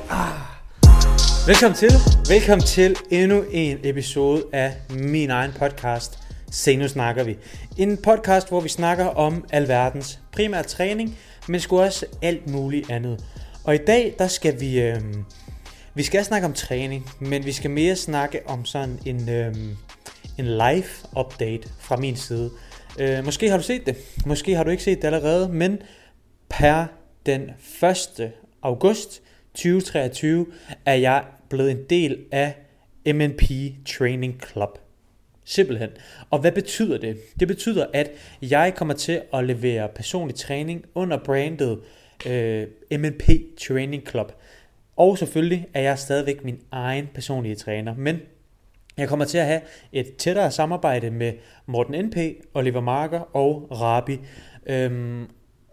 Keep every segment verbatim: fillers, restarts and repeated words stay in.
Ah. Velkommen til. Velkommen til endnu en episode af min egen podcast. Se, nu snakker vi. En podcast, hvor vi snakker om alverdens primært træning, men sgu også alt muligt andet. Og i dag, der skal vi... Øh, vi skal snakke om træning, men vi skal mere snakke om sådan en, øh, en live update fra min side. Øh, måske har du set det, måske har du ikke set det allerede, men per den første august tyve treogtyve er jeg blevet en del af M N P Training Club. Simpelthen. Og hvad betyder det? Det betyder, at jeg kommer til at levere personlig træning under brandet øh, M N P Training Club. Og selvfølgelig er jeg stadigvæk min egen personlige træner, men jeg kommer til at have et tættere samarbejde med Morten N P, Oliver Marker og Rabi. Øhm,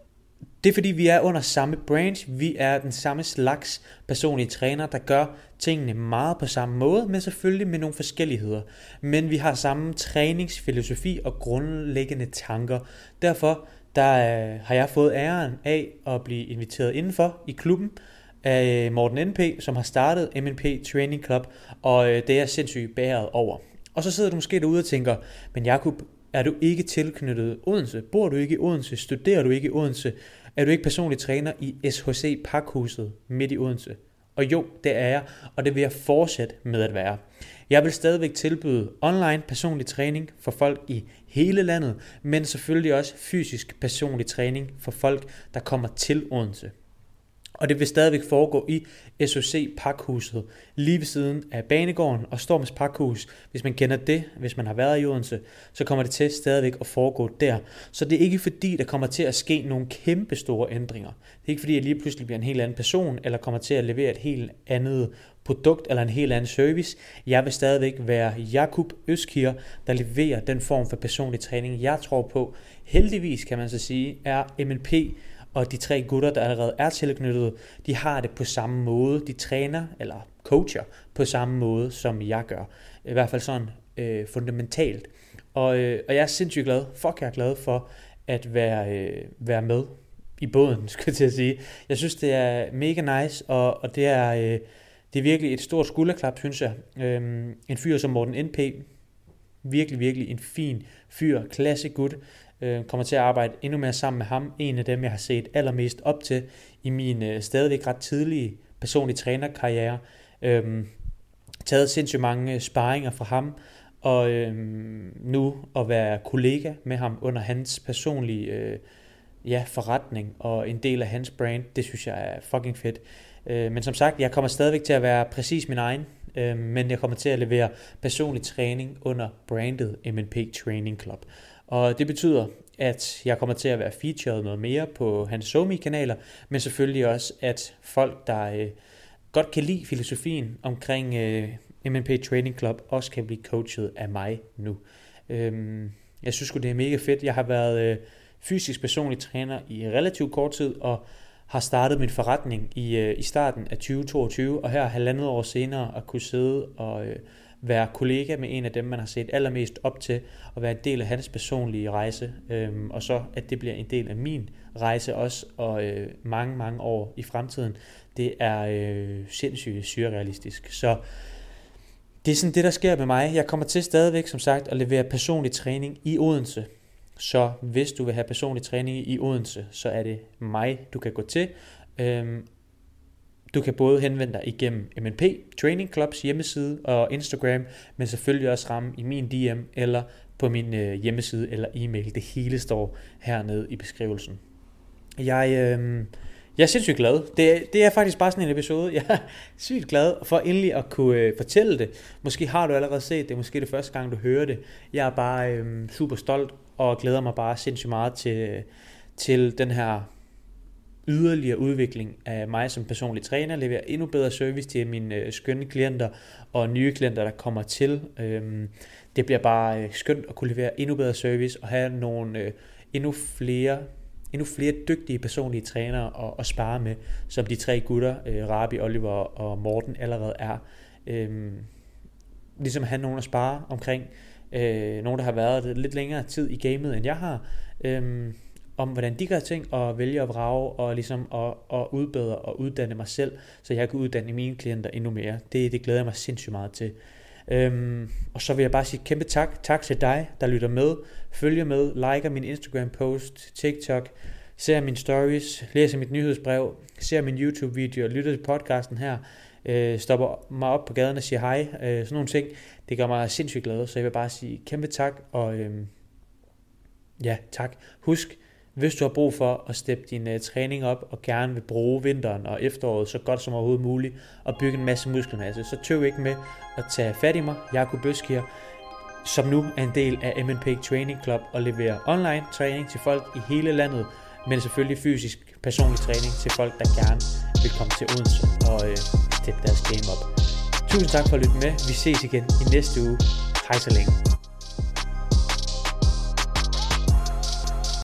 det er fordi vi er under samme branch, vi er den samme slags personlige træner, der gør tingene meget på samme måde, men selvfølgelig med nogle forskelligheder. Men vi har samme træningsfilosofi og grundlæggende tanker. Derfor der, øh, har jeg fået æren af at blive inviteret indenfor i klubben af Morten N P, som har startet M N P Training Club, og øh, det er jeg sindssygt bæret over. Og så sidder du måske derude og tænker, men Jakob, er du ikke tilknyttet Odense? Bor du ikke i Odense? Studerer du ikke i Odense? Er du ikke personlig træner i S H C Pakhuset midt i Odense? Og jo, det er jeg, og det vil jeg fortsætte med at være. Jeg vil stadigvæk tilbyde online personlig træning for folk i hele landet, men selvfølgelig også fysisk personlig træning for folk, der kommer til Odense. Og det vil stadigvæk foregå i S H C Pakhuset, lige ved siden af Banegården og Storms Pakhus. Hvis man kender det, hvis man har været i Odense, så kommer det til stadigvæk at foregå der. Så det er ikke fordi, der kommer til at ske nogle kæmpe store ændringer. Det er ikke fordi, jeg lige pludselig bliver en helt anden person, eller kommer til at levere et helt andet produkt eller en helt anden service. Jeg vil stadigvæk være Jakob Øskir, der leverer den form for personlig træning, jeg tror på. Heldigvis kan man så sige, er M N P og de tre gutter, der allerede er tilknyttet, de har det på samme måde. De træner eller coacher på samme måde, som jeg gør. I hvert fald sådan øh, fundamentalt. Og, øh, og jeg er sindssygt glad, fuck jeg er glad for at være, øh, være med i båden, skulle jeg til at sige. Jeg synes, det er mega nice, og, og det, er, øh, det er virkelig et stort skulderklap, synes jeg. Øhm, en fyr som Morten N P, virkelig, virkelig en fin fyr, klasse gut. Kommer til at arbejde endnu mere sammen med ham. En af dem, jeg har set allermest op til i min øh, stadigvæk ret tidlige personlige trænerkarriere. Øhm, taget sindssygt mange sparringer fra ham, og øhm, nu at være kollega med ham under hans personlige øh, ja, forretning og en del af hans brand, det synes jeg er fucking fedt. Øh, men som sagt, jeg kommer stadigvæk til at være præcis min egen, øh, men jeg kommer til at levere personlig træning under brandet M N P Training Club. Og det betyder, at jeg kommer til at være featured noget mere på hans SoMe-kanaler, men selvfølgelig også, at folk, der øh, godt kan lide filosofien omkring øh, M N P Training Club, også kan blive coachet af mig nu. Øhm, jeg synes det er mega fedt. Jeg har været øh, fysisk personlig træner i relativt kort tid, og har startet min forretning i, øh, i starten af tyve toogtyve, og her halvandet år senere at kunne sidde og øh, være kollega med en af dem, man har set allermest op til, og være en del af hans personlige rejse, øhm, og så at det bliver en del af min rejse også, og øh, mange, mange år i fremtiden. Det er øh, sindssygt surrealistisk. Så det er sådan det, der sker med mig. Jeg kommer til stadigvæk, som sagt, at levere personlig træning i Odense. Så hvis du vil have personlig træning i Odense, så er det mig, du kan gå til. Øhm, Du kan både henvende dig igennem M N P Training Clubs hjemmeside og Instagram, men selvfølgelig også ramme i min D M eller på min øh, hjemmeside eller e-mail. Det hele står hernede i beskrivelsen. Jeg, øh, jeg er sindssygt glad. Det, det er faktisk bare sådan en episode. Jeg er sygt glad for endelig at kunne øh, fortælle det. Måske har du allerede set det, måske det første gang du hører det. Jeg er bare øh, super stolt og glæder mig bare sindssygt meget til, til den her yderligere udvikling af mig som personlig træner, leverer endnu bedre service til mine øh, skønne klienter og nye klienter, der kommer til. Øhm, det bliver bare øh, skønt at kunne levere endnu bedre service og have nogle øh, endnu flere endnu flere dygtige personlige trænere at, at spare med, som de tre gutter, øh, Rabi, Oliver og Morten allerede er. Øhm, ligesom have nogen at spare omkring, øh, nogen der har været lidt længere tid i gamet end jeg har. Øhm, om hvordan de gør ting, og vælge at vrage, og ligesom at, at udbedre og uddanne mig selv, så jeg kan uddanne mine klienter endnu mere. Det, det glæder jeg mig sindssygt meget til. Øhm, og så vil jeg bare sige kæmpe tak. Tak til dig, der lytter med, følger med, liker min Instagram post, TikTok, ser mine stories, læser mit nyhedsbrev, ser min YouTube video og lytter til podcasten her. Øh, stopper mig op på gaden og siger hej, øh, sådan nogle ting. Det gør mig sindssygt glad, så jeg vil bare sige kæmpe tak, og øhm, ja, tak. Husk, hvis du har brug for at steppe din uh, træning op, og gerne vil bruge vinteren og efteråret så godt som overhovedet muligt, og bygge en masse muskelmasse, så tøv ikke med at tage fat i mig, Jakob Bøsk her, som nu er en del af M and P Training Club, og leverer online træning til folk i hele landet, men selvfølgelig fysisk personlig træning til folk, der gerne vil komme til Odense og øh, steppe deres game op. Tusind tak for at lytte med. Vi ses igen i næste uge. Hej så længe.